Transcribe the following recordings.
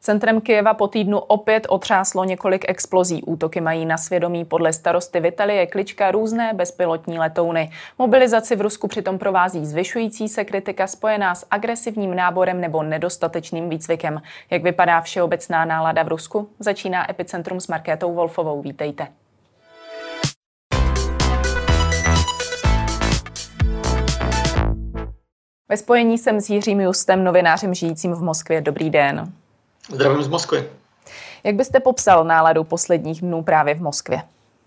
Centrem Kyjeva po týdnu opět otřáslo několik explozí. Útoky mají na svědomí podle starosty Vitalie Klička různé bezpilotní letouny. Mobilizaci v Rusku přitom provází zvyšující se kritika spojená s agresivním náborem nebo nedostatečným výcvikem. Jak vypadá všeobecná nálada v Rusku? Začíná Epicentrum s Markétou Wolfovou. Vítejte. Ve spojení jsem s Jiřím Justem, novinářem žijícím v Moskvě. Dobrý den. Zdravím z Moskvy. Jak byste popsal náladu posledních dnů právě v Moskvě?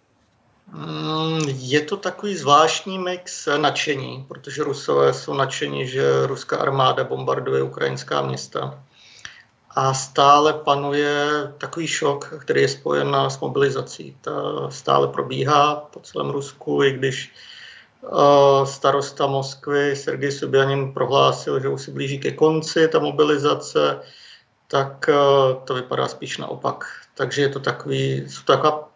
Je to takový zvláštní mix nadšení, protože Rusové jsou nadšení, že ruská armáda bombarduje ukrajinská města. A stále panuje takový šok, který je spojen s mobilizací. Ta stále probíhá po celém Rusku, i když starosta Moskvy Sergej Sobjanin prohlásil, že už se blíží ke konci ta mobilizace, tak to vypadá spíš naopak. Takže je to taková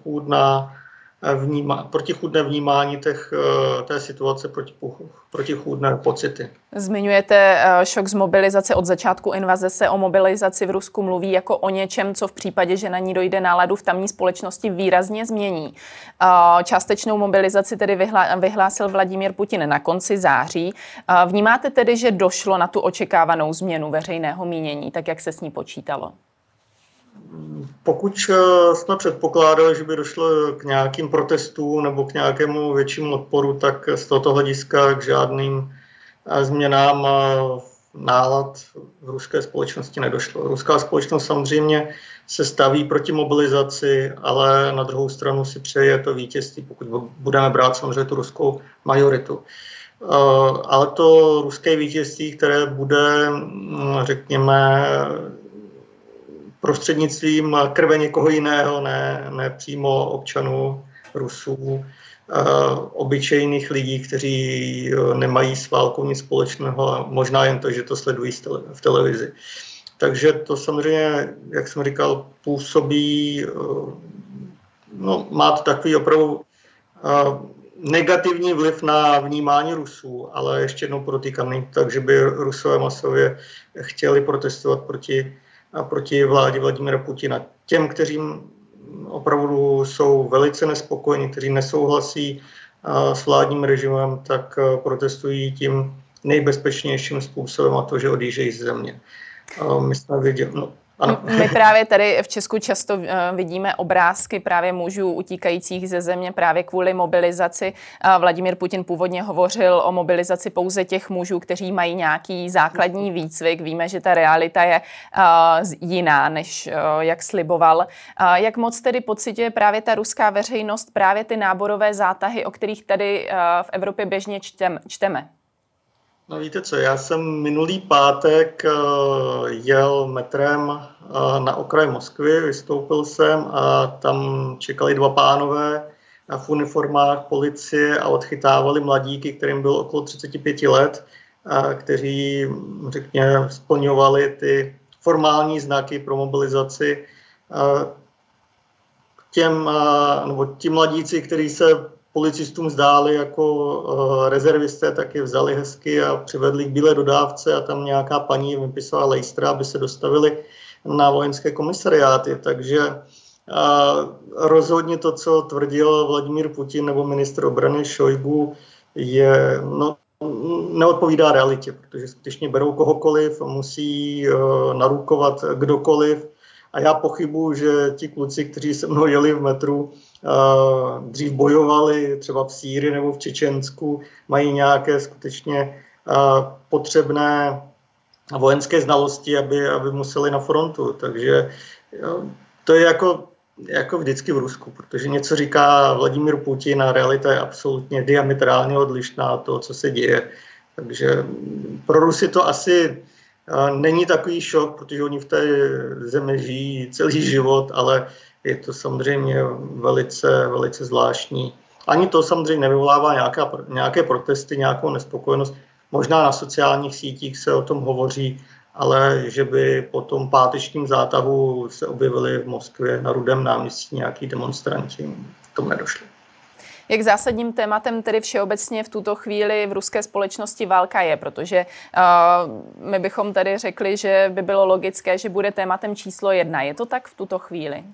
protichůdné vnímání té situace, protichůdné pocity. Zmiňujete šok z mobilizace. Od začátku invaze se o mobilizaci v Rusku mluví jako o něčem, co v případě, že na ní dojde, náladu v tamní společnosti výrazně změní. Částečnou mobilizaci tedy vyhlásil Vladimír Putin na konci září. Vnímáte tedy, že došlo na tu očekávanou změnu veřejného mínění, tak jak se s ní počítalo? Pokud jsme předpokládali, že by došlo k nějakým protestům nebo k nějakému většímu odporu, tak z tohoto hlediska k žádným změnám nálad v ruské společnosti nedošlo. Ruská společnost samozřejmě se staví proti mobilizaci, ale na druhou stranu si přeje to vítězství, pokud budeme brát samozřejmě tu ruskou majoritu. Ale to ruské vítězství, které bude, řekněme, prostřednictvím krve někoho jiného, ne přímo občanů Rusů, obyčejných lidí, kteří nemají s válkou nic společného a možná jen to, že to sledují v televizi. Takže to samozřejmě, jak jsem říkal, působí, má to takový opravdu negativní vliv na vnímání Rusů, ale ještě jednou podotýkám, takže by Rusové masově chtěli protestovat proti vládě Vladimira Putina. Těm, kteří opravdu jsou velice nespokojení, kteří nesouhlasí s vládním režimem, tak protestují tím nejbezpečnějším způsobem, a to, že odjíždějí z země. My jsme viděli... Ano. My právě tady v Česku často vidíme obrázky právě mužů utíkajících ze země právě kvůli mobilizaci. Vladimír Putin původně hovořil o mobilizaci pouze těch mužů, kteří mají nějaký základní výcvik. Víme, že ta realita je jiná, než jak sliboval. Jak moc tedy pociťuje právě ta ruská veřejnost právě ty náborové zátahy, o kterých tady v Evropě běžně čteme? No víte co, já jsem minulý pátek jel metrem na okraj Moskvy, vystoupil jsem a tam čekali dva pánové v uniformách policie a odchytávali mladíky, kterým bylo okolo 35 let, kteří, řekněme, splňovali ty formální znaky pro mobilizaci. Ti mladíci, kteří se policistům zdáli jako rezervisté, tak je vzali hezky a přivedli k bílé dodávce a tam nějaká paní vypisala lejstra, aby se dostavili na vojenské komisariáty. Takže rozhodně to, co tvrdil Vladimír Putin nebo ministr obrany Šojgu, neodpovídá realitě, protože skutečně berou kohokoliv, musí narukovat kdokoliv. A já pochybuji, že ti kluci, kteří se mnou jeli v metru, dřív bojovali třeba v Sýrii nebo v Čečensku, mají nějaké skutečně potřebné vojenské znalosti, aby museli na frontu. Takže to je jako vždycky v Rusku, protože něco říká Vladimír Putin a realita je absolutně diametrálně odlišná od toho, co se děje. Takže pro Rusy to asi není takový šok, protože oni v té zemi žijí celý život, ale je to samozřejmě velice, velice zvláštní. Ani to samozřejmě nevyvolává nějaké protesty, nějakou nespokojenost. Možná na sociálních sítích se o tom hovoří, ale že by po tom pátečním zátahu se objevili v Moskvě na Rudém náměstí nějaký demonstranti, k tomu nedošlo. Jak zásadním tématem tedy všeobecně v tuto chvíli v ruské společnosti válka je? Protože my bychom tady řekli, že by bylo logické, že bude tématem číslo 1. Je to tak v tuto chvíli?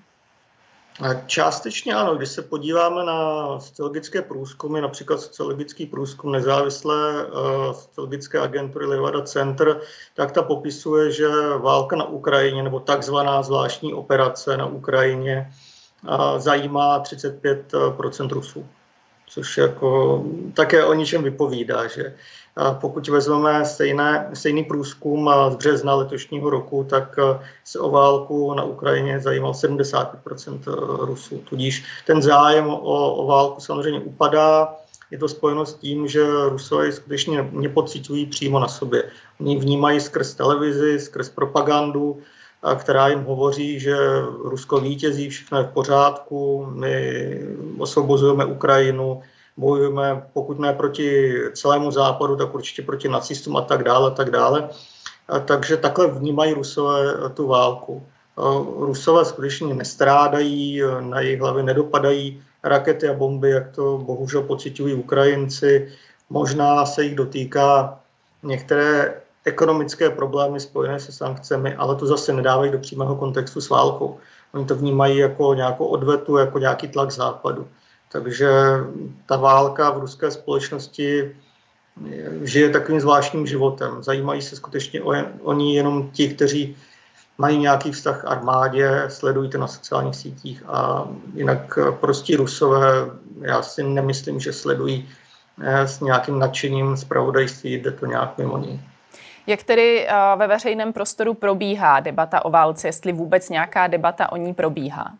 Částečně ano. Když se podíváme na sociologické průzkumy, například sociologický průzkum nezávislé sociologické agentury Levada Center, tak ta popisuje, že válka na Ukrajině nebo takzvaná zvláštní operace na Ukrajině zajímá 35% Rusů. Což jako také o ničem vypovídá, že pokud vezmeme stejný průzkum z března letošního roku, tak se o válku na Ukrajině zajímal 75% Rusů. Tudíž ten zájem o válku samozřejmě upadá. Je to spojeno s tím, že Rusové skutečně nepociťují přímo na sobě. Oni vnímají skrz televizi, skrz propagandu, která jim hovoří, že Rusko vítězí, všechno je v pořádku, my osvobozujeme Ukrajinu, bojujeme, pokud ne proti celému západu, tak určitě proti nacistům a tak dále, tak dále. Takže takhle vnímají Rusové tu válku. Rusové skutečně nestrádají, na jejich hlavy nedopadají rakety a bomby, jak to bohužel pociťují Ukrajinci. Možná se jich dotýká některé ekonomické problémy spojené se sankcemi, ale to zase nedávají do přímého kontextu s válkou. Oni to vnímají jako nějakou odvetu, jako nějaký tlak západu. Takže ta válka v ruské společnosti žije takovým zvláštním životem. Zajímají se skutečně o ní jenom ti, kteří mají nějaký vztah k armádě, sledují to na sociálních sítích a jinak prostí Rusové, já si nemyslím, že sledují s nějakým nadšením zpravodajství, jde to nějak mimo ní. Jak tedy ve veřejném prostoru probíhá debata o válce, jestli vůbec nějaká debata o ní probíhá?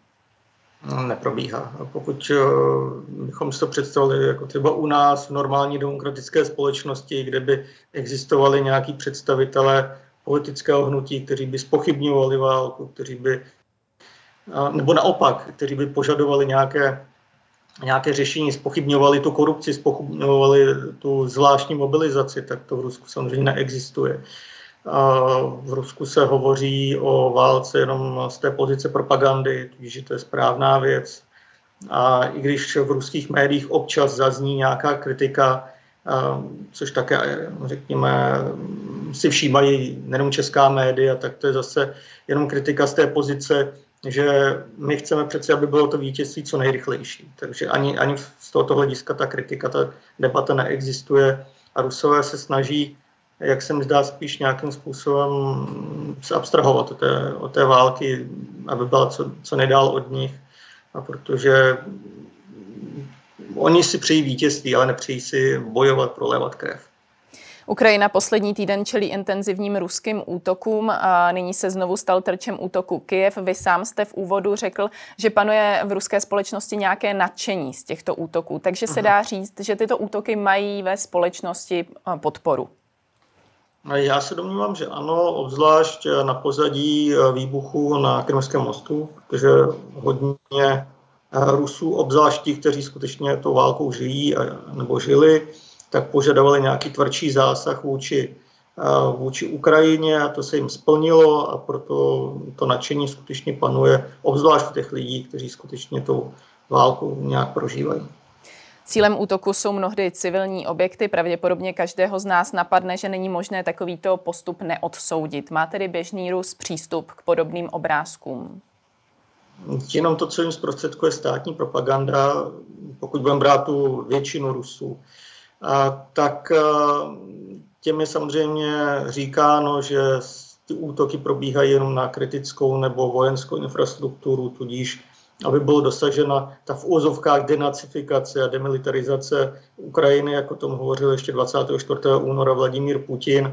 Neprobíhá. Pokud bychom si to představili jako třeba u nás v normální demokratické společnosti, kde by existovali nějaký představitelé politického hnutí, kteří by zpochybňovali válku, kteří by, nebo naopak, kteří by požadovali nějaké řešení, zpochybňovali tu korupci, zpochybňovali tu zvláštní mobilizaci, tak to v Rusku samozřejmě neexistuje. V Rusku se hovoří o válce jenom z té pozice propagandy, že to je správná věc. A i když v ruských médiích občas zazní nějaká kritika, což také, řekněme, si všímají nejenom česká média, tak to je zase jenom kritika z té pozice, že my chceme přece, aby bylo to vítězství co nejrychlejší. Takže ani z tohoto hlediska ta kritika, ta debata neexistuje a Rusové se snaží, jak se mi zdá, spíš nějakým způsobem se abstrahovat od té války, aby byla co nejdál od nich, a protože oni si přejí vítězství, ale nepřejí si bojovat, prolévat krev. Ukrajina poslední týden čelí intenzivním ruským útokům. Nyní se znovu stal terčem útoku Kyjev. Vy sám jste v úvodu řekl, že panuje v ruské společnosti nějaké nadšení z těchto útoků. Takže se dá říct, že tyto útoky mají ve společnosti podporu. Já se domnívám, že ano, obzvlášť na pozadí výbuchu na Krymském mostu, protože hodně Rusů, obzvlášť ti, kteří skutečně tou válkou žijí nebo žili, tak požadovali nějaký tvrdší zásah vůči Ukrajině a to se jim splnilo a proto to nadšení skutečně panuje, obzvlášť u těch lidí, kteří skutečně tou válku nějak prožívají. Cílem útoku jsou mnohdy civilní objekty. Pravděpodobně každého z nás napadne, že není možné takovýto postup neodsoudit. Má tedy běžný Rus přístup k podobným obrázkům? Jenom to, co jim zprostředkuje státní propaganda, pokud budeme brát tu většinu Rusů, tak těm je samozřejmě říkáno, že ty útoky probíhají jenom na kritickou nebo vojenskou infrastrukturu, tudíž aby bylo dosažena ta v úzovkách denacifikace a demilitarizace Ukrajiny, jako tomu hovořil ještě 24. února Vladimír Putin.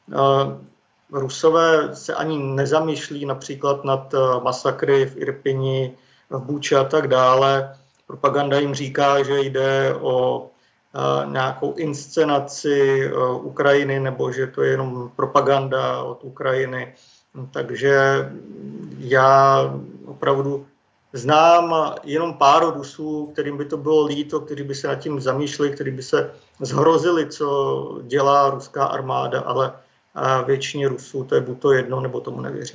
Rusové se ani nezamýšlí například nad masakry v Irpini, v Buči a tak dále. Propaganda jim říká, že jde o nějakou inscenaci Ukrajiny nebo že to je jenom propaganda od Ukrajiny. Takže já opravdu znám jenom pár Rusů, kterým by to bylo líto, kteří by se nad tím zamýšleli, kteří by se zhrozili, co dělá ruská armáda, ale většině Rusů to je buď to jedno, nebo tomu nevěří.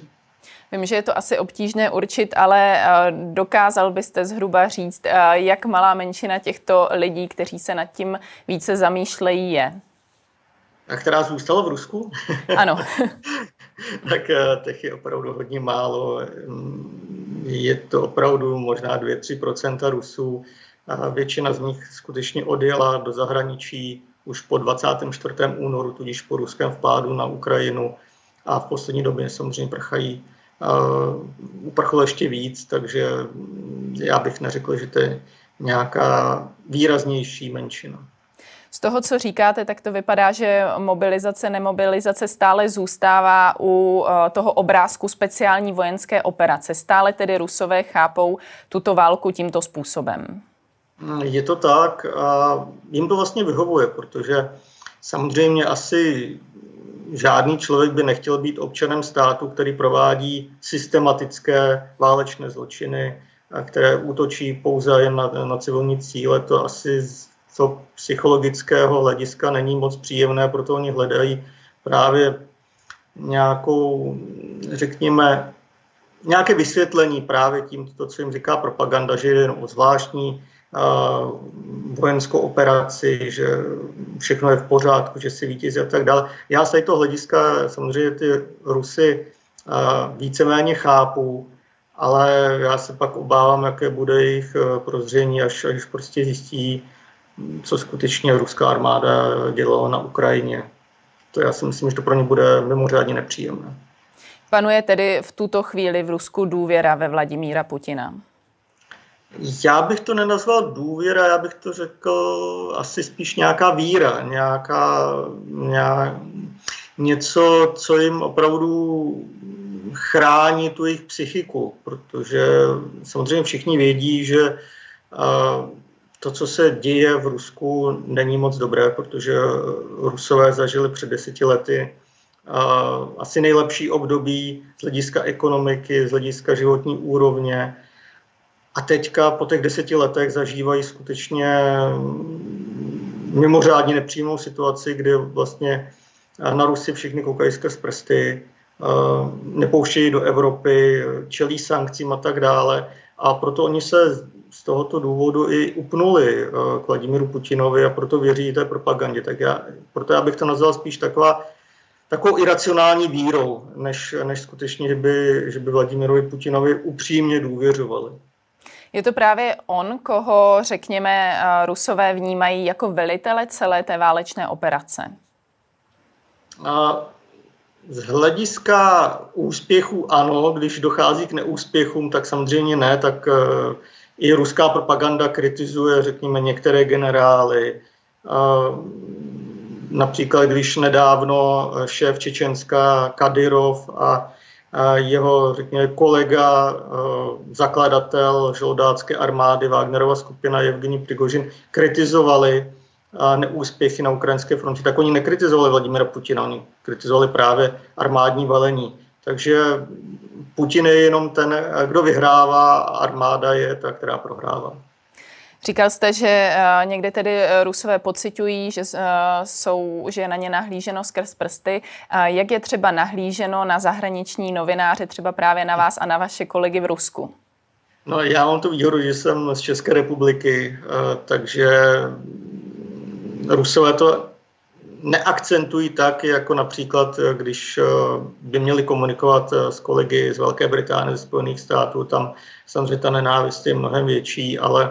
Vím, že je to asi obtížné určit, ale dokázal byste zhruba říct, jak malá menšina těchto lidí, kteří se nad tím více zamýšlejí, je? A která zůstala v Rusku? Ano. Tak těch je opravdu hodně málo. Je to opravdu možná 2-3% Rusů. A většina z nich skutečně odjela do zahraničí už po 24. únoru, tudíž po ruském vpádu na Ukrajinu. A v poslední době samozřejmě prchají. Uprchlo ještě víc, takže já bych neřekl, že to je nějaká výraznější menšina. Z toho, co říkáte, tak to vypadá, že mobilizace, nemobilizace stále zůstává u toho obrázku speciální vojenské operace. Stále tedy Rusové chápou tuto válku tímto způsobem. Je to tak a jim to vlastně vyhovuje, protože samozřejmě asi žádný člověk by nechtěl být občanem státu, který provádí systematické válečné zločiny, které útočí pouze jen na civilní cíle. To asi z psychologického hlediska není moc příjemné, proto oni hledají právě nějakou, řekněme, nějaké vysvětlení právě tím, co jim říká propaganda, že je jen o zvláštní vojenskou operaci, že všechno je v pořádku, že si vítězí a tak dále. Já z toho hlediska samozřejmě ty Rusy víceméně chápu, ale já se pak obávám, jaké bude jejich prozření, až prostě zjistí, co skutečně ruská armáda dělala na Ukrajině. To já si myslím, že to pro ně bude mimořádně nepříjemné. Panuje tedy v tuto chvíli v Rusku důvěra ve Vladimíra Putina? Já bych to nenazval důvěra, já bych to řekl asi spíš nějaká víra, něco, co jim opravdu chrání tu jejich psychiku, protože samozřejmě všichni vědí, že to, co se děje v Rusku, není moc dobré, protože Rusové zažili před 10 lety asi nejlepší období z hlediska ekonomiky, z hlediska životní úrovně. A teďka po těch 10 letech zažívají skutečně mimořádně nepříjemnou situaci, kdy vlastně na Rusy všichni koukají skrz prsty, nepouštějí do Evropy, čelí sankcím a tak dále. A proto oni se z tohoto důvodu i upnuli k Vladimíru Putinovi a proto věří té propagandě. Proto já bych to nazval spíš takovou iracionální vírou, než skutečně, že by Vladimirovi Putinovi upřímně důvěřovali. Je to právě on, koho, řekněme, Rusové vnímají jako velitele celé té válečné operace? Z hlediska úspěchů ano, když dochází k neúspěchům, tak samozřejmě ne, tak i ruská propaganda kritizuje, řekněme, některé generály. Například, když nedávno šéf Čečenska Kadyrov a jeho, řekněme, kolega, zakladatel žoldácké armády Wagnerova skupina Jevgenij Prigožin kritizovali neúspěchy na ukrajinské frontě, tak oni nekritizovali Vladimira Putina, oni kritizovali právě armádní velení. Takže Putin je jenom ten, kdo vyhrává, a armáda je ta, která prohrává. Říkal jste, že někde tedy Rusové pociťují, že je na ně nahlíženo skrz prsty. Jak je třeba nahlíženo na zahraniční novináře, třeba právě na vás a na vaše kolegy v Rusku? No, já mám tu výhodu, že jsem z České republiky, takže Rusové to neakcentují tak, jako například, když by měli komunikovat s kolegy z Velké Británie, ze Spojených států, tam samozřejmě ta nenávist je mnohem větší, ale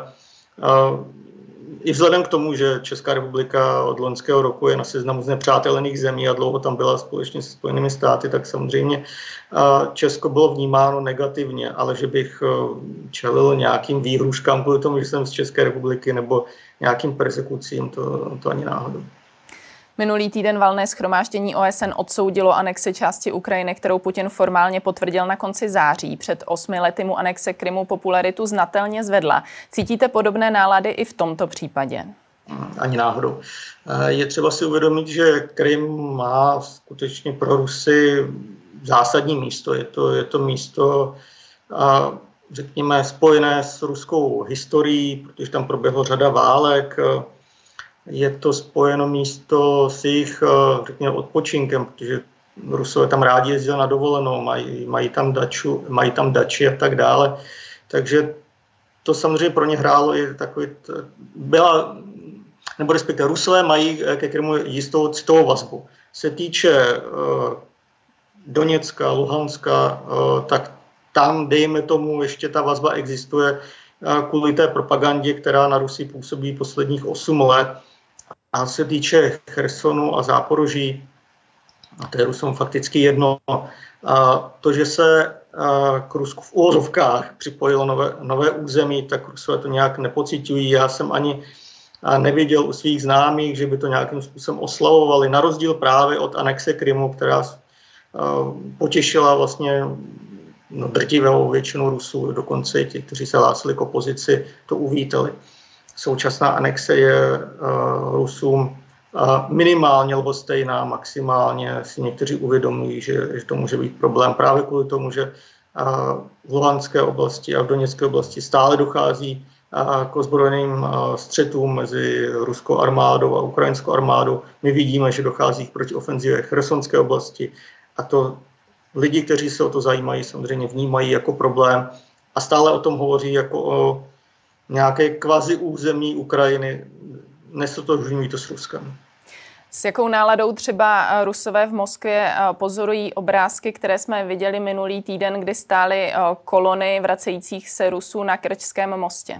i vzhledem k tomu, že Česká republika od loňského roku je na seznamu znepřátelených zemí a dlouho tam byla společně se Spojenými státy, tak samozřejmě Česko bylo vnímáno negativně, ale že bych čelil nějakým výhruškám kvůli tomu, že jsem z České republiky nebo nějakým persekucím, to ani náhodou. Minulý týden valné shromáždění OSN odsoudilo anexi části Ukrajiny, kterou Putin formálně potvrdil na konci září. Před 8 lety mu anexe Krymu popularitu znatelně zvedla. Cítíte podobné nálady i v tomto případě? Ani náhodou. Je třeba si uvědomit, že Krym má skutečně pro Rusy zásadní místo. Je to místo, řekněme, spojené s ruskou historií, protože tam proběhlo řada válek. Je to spojeno místo s jejich, řekněme, odpočinkem, protože Rusové tam rádi jezdí na dovolenou, mají tam dači a tak dále. Takže to samozřejmě pro ně hrálo i takový, nebo respektive Rusové mají ke Krymu jistou citovou vazbu. Se týče Doněcka, Luhanska, tak tam, dejme tomu, ještě ta vazba existuje kvůli té propagandě, která na Rusii působí posledních 8 let. A se týče Chersonu a Záporoží, a to je Rusům fakticky jedno, to, že se k Rusku v úvozovkách připojilo nové území, tak Rusové to nějak nepociťují. Já jsem ani neviděl u svých známých, že by to nějakým způsobem oslavovali, na rozdíl právě od anexe Krymu, která potěšila vlastně drtivou většinu Rusů, dokonce i ti, kteří se hlásili k opozici, to uvítali. Současná anexe je Rusům minimálně lhostejná, maximálně si někteří uvědomují, že to může být problém právě kvůli tomu, že v Luhanské oblasti a v Doněcké oblasti stále dochází k ozbrojeným střetům mezi ruskou armádou a ukrajinskou armádou. My vidíme, že dochází k protiofenzivě v Chersonské oblasti a to lidi, kteří se o to zajímají, samozřejmě vnímají jako problém a stále o tom hovoří jako o nějaké kvazi území Ukrajiny, nestotožňují to s Ruskem. S jakou náladou třeba Rusové v Moskvě pozorují obrázky, které jsme viděli minulý týden, kdy stály kolony vracejících se Rusů na Kerčském mostě?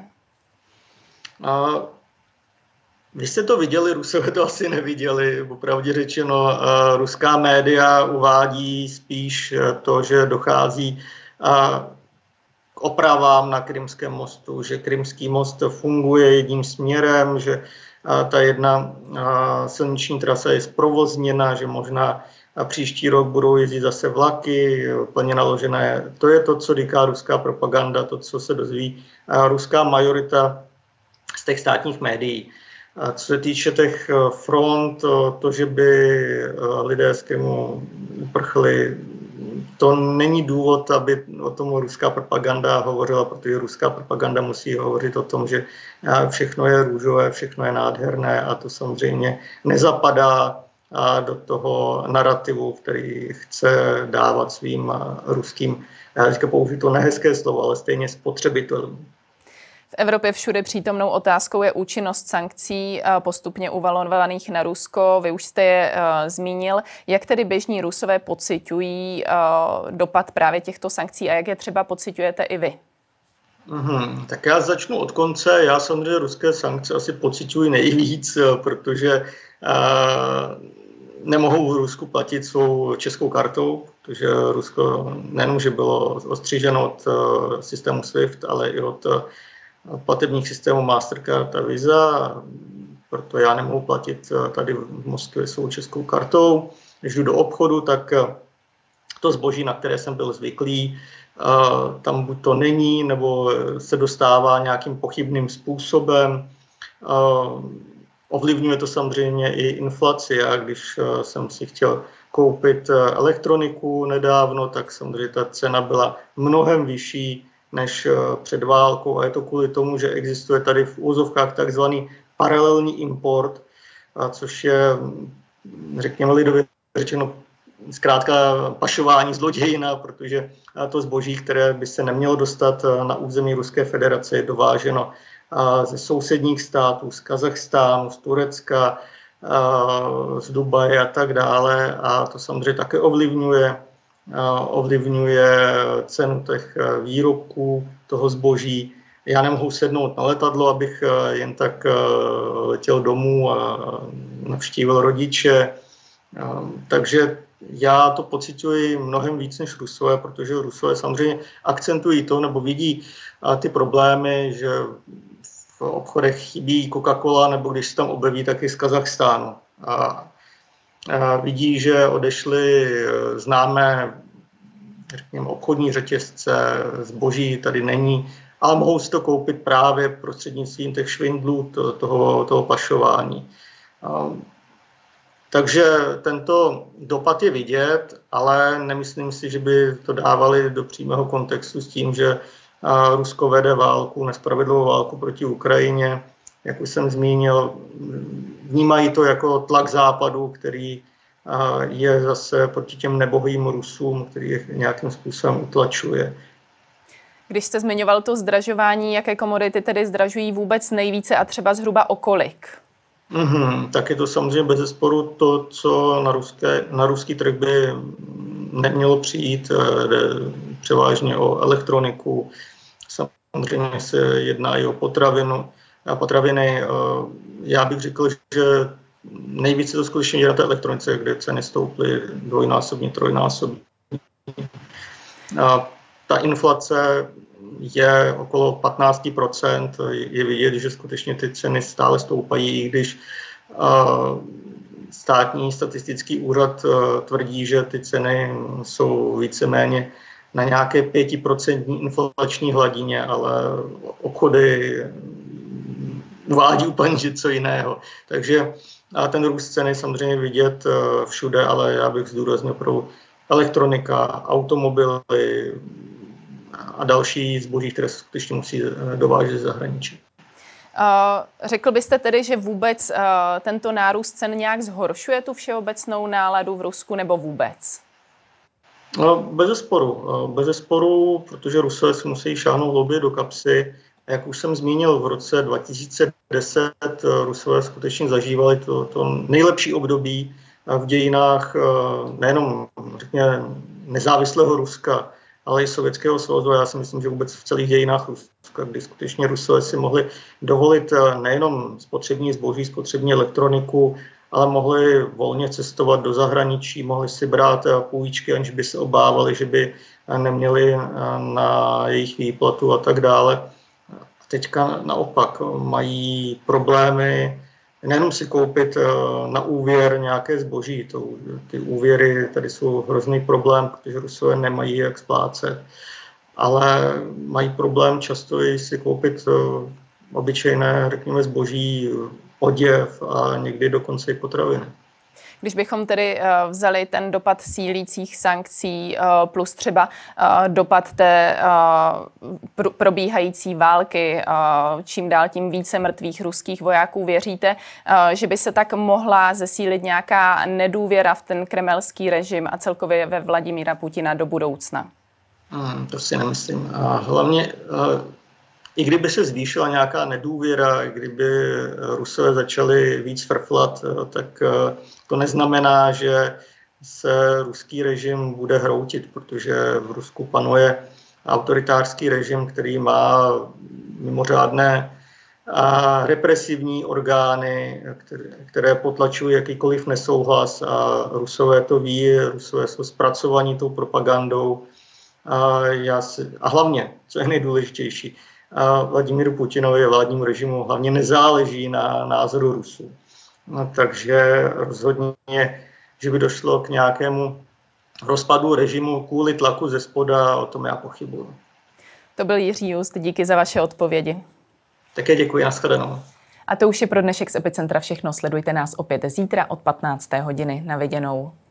Vy jste to viděli, Rusové to asi neviděli. Popravdě řečeno, ruská média uvádí spíš to, že dochází k opravám na Krymském mostu, že Krymský most funguje jedním směrem, že ta jedna silniční trasa je zprovozněna, že možná příští rok budou jezdit zase vlaky, plně naložené. To je to, co říká ruská propaganda, to, co se dozví ruská majorita z těch státních médií. Co se týče těch front, to, že by lidé z Krymu uprchli, to není důvod, aby o tom ruská propaganda hovořila, protože ruská propaganda musí hovořit o tom, že všechno je růžové, všechno je nádherné a to samozřejmě nezapadá do toho narrativu, který chce dávat svým ruským, já říkám použít to nehezké slovo, ale stejně spotřebitelům. V Evropě všude přítomnou otázkou je účinnost sankcí postupně uvalovaných na Rusko. Vy už jste je zmínil. Jak tedy běžní Rusové pociťují dopad právě těchto sankcí a jak je třeba pociťujete i vy? Tak já začnu od konce. Já samozřejmě ruské sankce asi pociťuji nejvíc, protože nemohou v Rusku platit svou českou kartou, protože Rusko nejenom, že bylo ostříženo od systému SWIFT, ale i od platebních systémů Mastercard a Visa, proto já nemohu platit tady v Moskvě svou českou kartou. Když jdu do obchodu, tak to zboží, na které jsem byl zvyklý, tam buď to není, nebo se dostává nějakým pochybným způsobem. Ovlivňuje to samozřejmě i inflaci. A když jsem si chtěl koupit elektroniku nedávno, tak samozřejmě ta cena byla mnohem vyšší než před válkou a je to kvůli tomu, že existuje tady v úvozovkách takzvaný paralelní import, což je, řekněme lidově řečeno, zkrátka pašování zlodějina, protože to zboží, které by se nemělo dostat na území Ruské federace, je dováženo ze sousedních států, z Kazachstánu, z Turecka, z Dubaje a tak dále a to samozřejmě také ovlivňuje cenu těch výrobků, toho zboží. Já nemohu sednout na letadlo, abych jen tak letěl domů a navštívil rodiče. Takže já to pociťuji mnohem víc než Rusové, protože Rusové samozřejmě akcentují to, nebo vidí ty problémy, že v obchodech chybí Coca-Cola, nebo když se tam objeví, taky z Kazachstánu. Vidí, že odešly známé, řekněme, obchodní řetězce, zboží tady není, ale mohou si to koupit právě prostřednictvím těch švindlů, toho pašování. Takže tento dopad je vidět, ale nemyslím si, že by to dávali do přímého kontextu s tím, že Rusko vede válku, nespravedlivou válku proti Ukrajině. Jak už jsem zmínil, vnímají to jako tlak Západu, který je zase proti těm nebohým Rusům, který je nějakým způsobem utlačuje. Když jste zmiňoval to zdražování, jaké komodity tedy zdražují vůbec nejvíce a třeba zhruba o kolik? Tak je to samozřejmě bezesporu to, co na ruský trh by nemělo přijít, převážně o elektroniku. Samozřejmě se jedná i o potraviny. Já bych řekl, že nejvíce to skutečně je na té elektronice, kde ceny stouply dvojnásobně, trojnásobně. Ta inflace je okolo 15%. Je vidět, že skutečně ty ceny stále stoupají, i když státní statistický úřad tvrdí, že ty ceny jsou víceméně na nějaké 5% inflační hladině, ale obchody uvádí úplně něco jiného. Takže ten růst ceny samozřejmě vidět všude, ale já bych zdůraznil pro elektronika, automobily a další zboží, které se skutečně musí dovážet z zahraničí. Řekl byste tedy, že vůbec tento nárůst cen nějak zhoršuje tu všeobecnou náladu v Rusku nebo vůbec? Bezesporu, protože Rusové si musí šáhnout hlouběji do kapsy. Jak už jsem zmínil, v roce 2010 Rusové skutečně zažívali to nejlepší období v dějinách nejenom řekněme, nezávislého Ruska, ale i Sovětského svazu. Já si myslím, že vůbec v celých dějinách Ruska, kdy skutečně Rusové si mohli dovolit nejenom spotřební zboží, spotřební elektroniku, ale mohli volně cestovat do zahraničí, mohli si brát půjčky, aniž by se obávali, že by neměli na jejich výplatu a tak dále. Teďka naopak mají problémy nejenom si koupit na úvěr nějaké zboží. Ty úvěry tady jsou hrozný problém, protože Rusové nemají jak splácet, ale mají problém často i si koupit obyčejné, řekněme, zboží, oděv a někdy dokonce i potraviny. Když bychom tedy vzali ten dopad sílících sankcí plus třeba dopad té probíhající války, čím dál tím více mrtvých ruských vojáků, věříte, že by se tak mohla zesílit nějaká nedůvěra v ten kremelský režim a celkově ve Vladimíra Putina do budoucna? To si nemyslím. A hlavně i kdyby se zvýšila nějaká nedůvěra, kdyby Rusové začali víc frflat, tak to neznamená, že se ruský režim bude hroutit, protože v Rusku panuje autoritářský režim, který má mimořádné represivní orgány, které potlačují jakýkoliv nesouhlas a Rusové to ví, Rusové jsou zpracovaní tou propagandou a hlavně, co je nejdůležitější, Vladimíru Putinovi a vládnímu režimu hlavně nezáleží na názoru Rusů. Takže rozhodně, že by došlo k nějakému rozpadu režimu kvůli tlaku ze spoda, o tom já pochybuji. To byl Jiří Just, díky za vaše odpovědi. Také děkuji, nashledanou. A to už je pro dnešek z Epicentra všechno. Sledujte nás opět zítra od 15. hodiny. Na viděnou.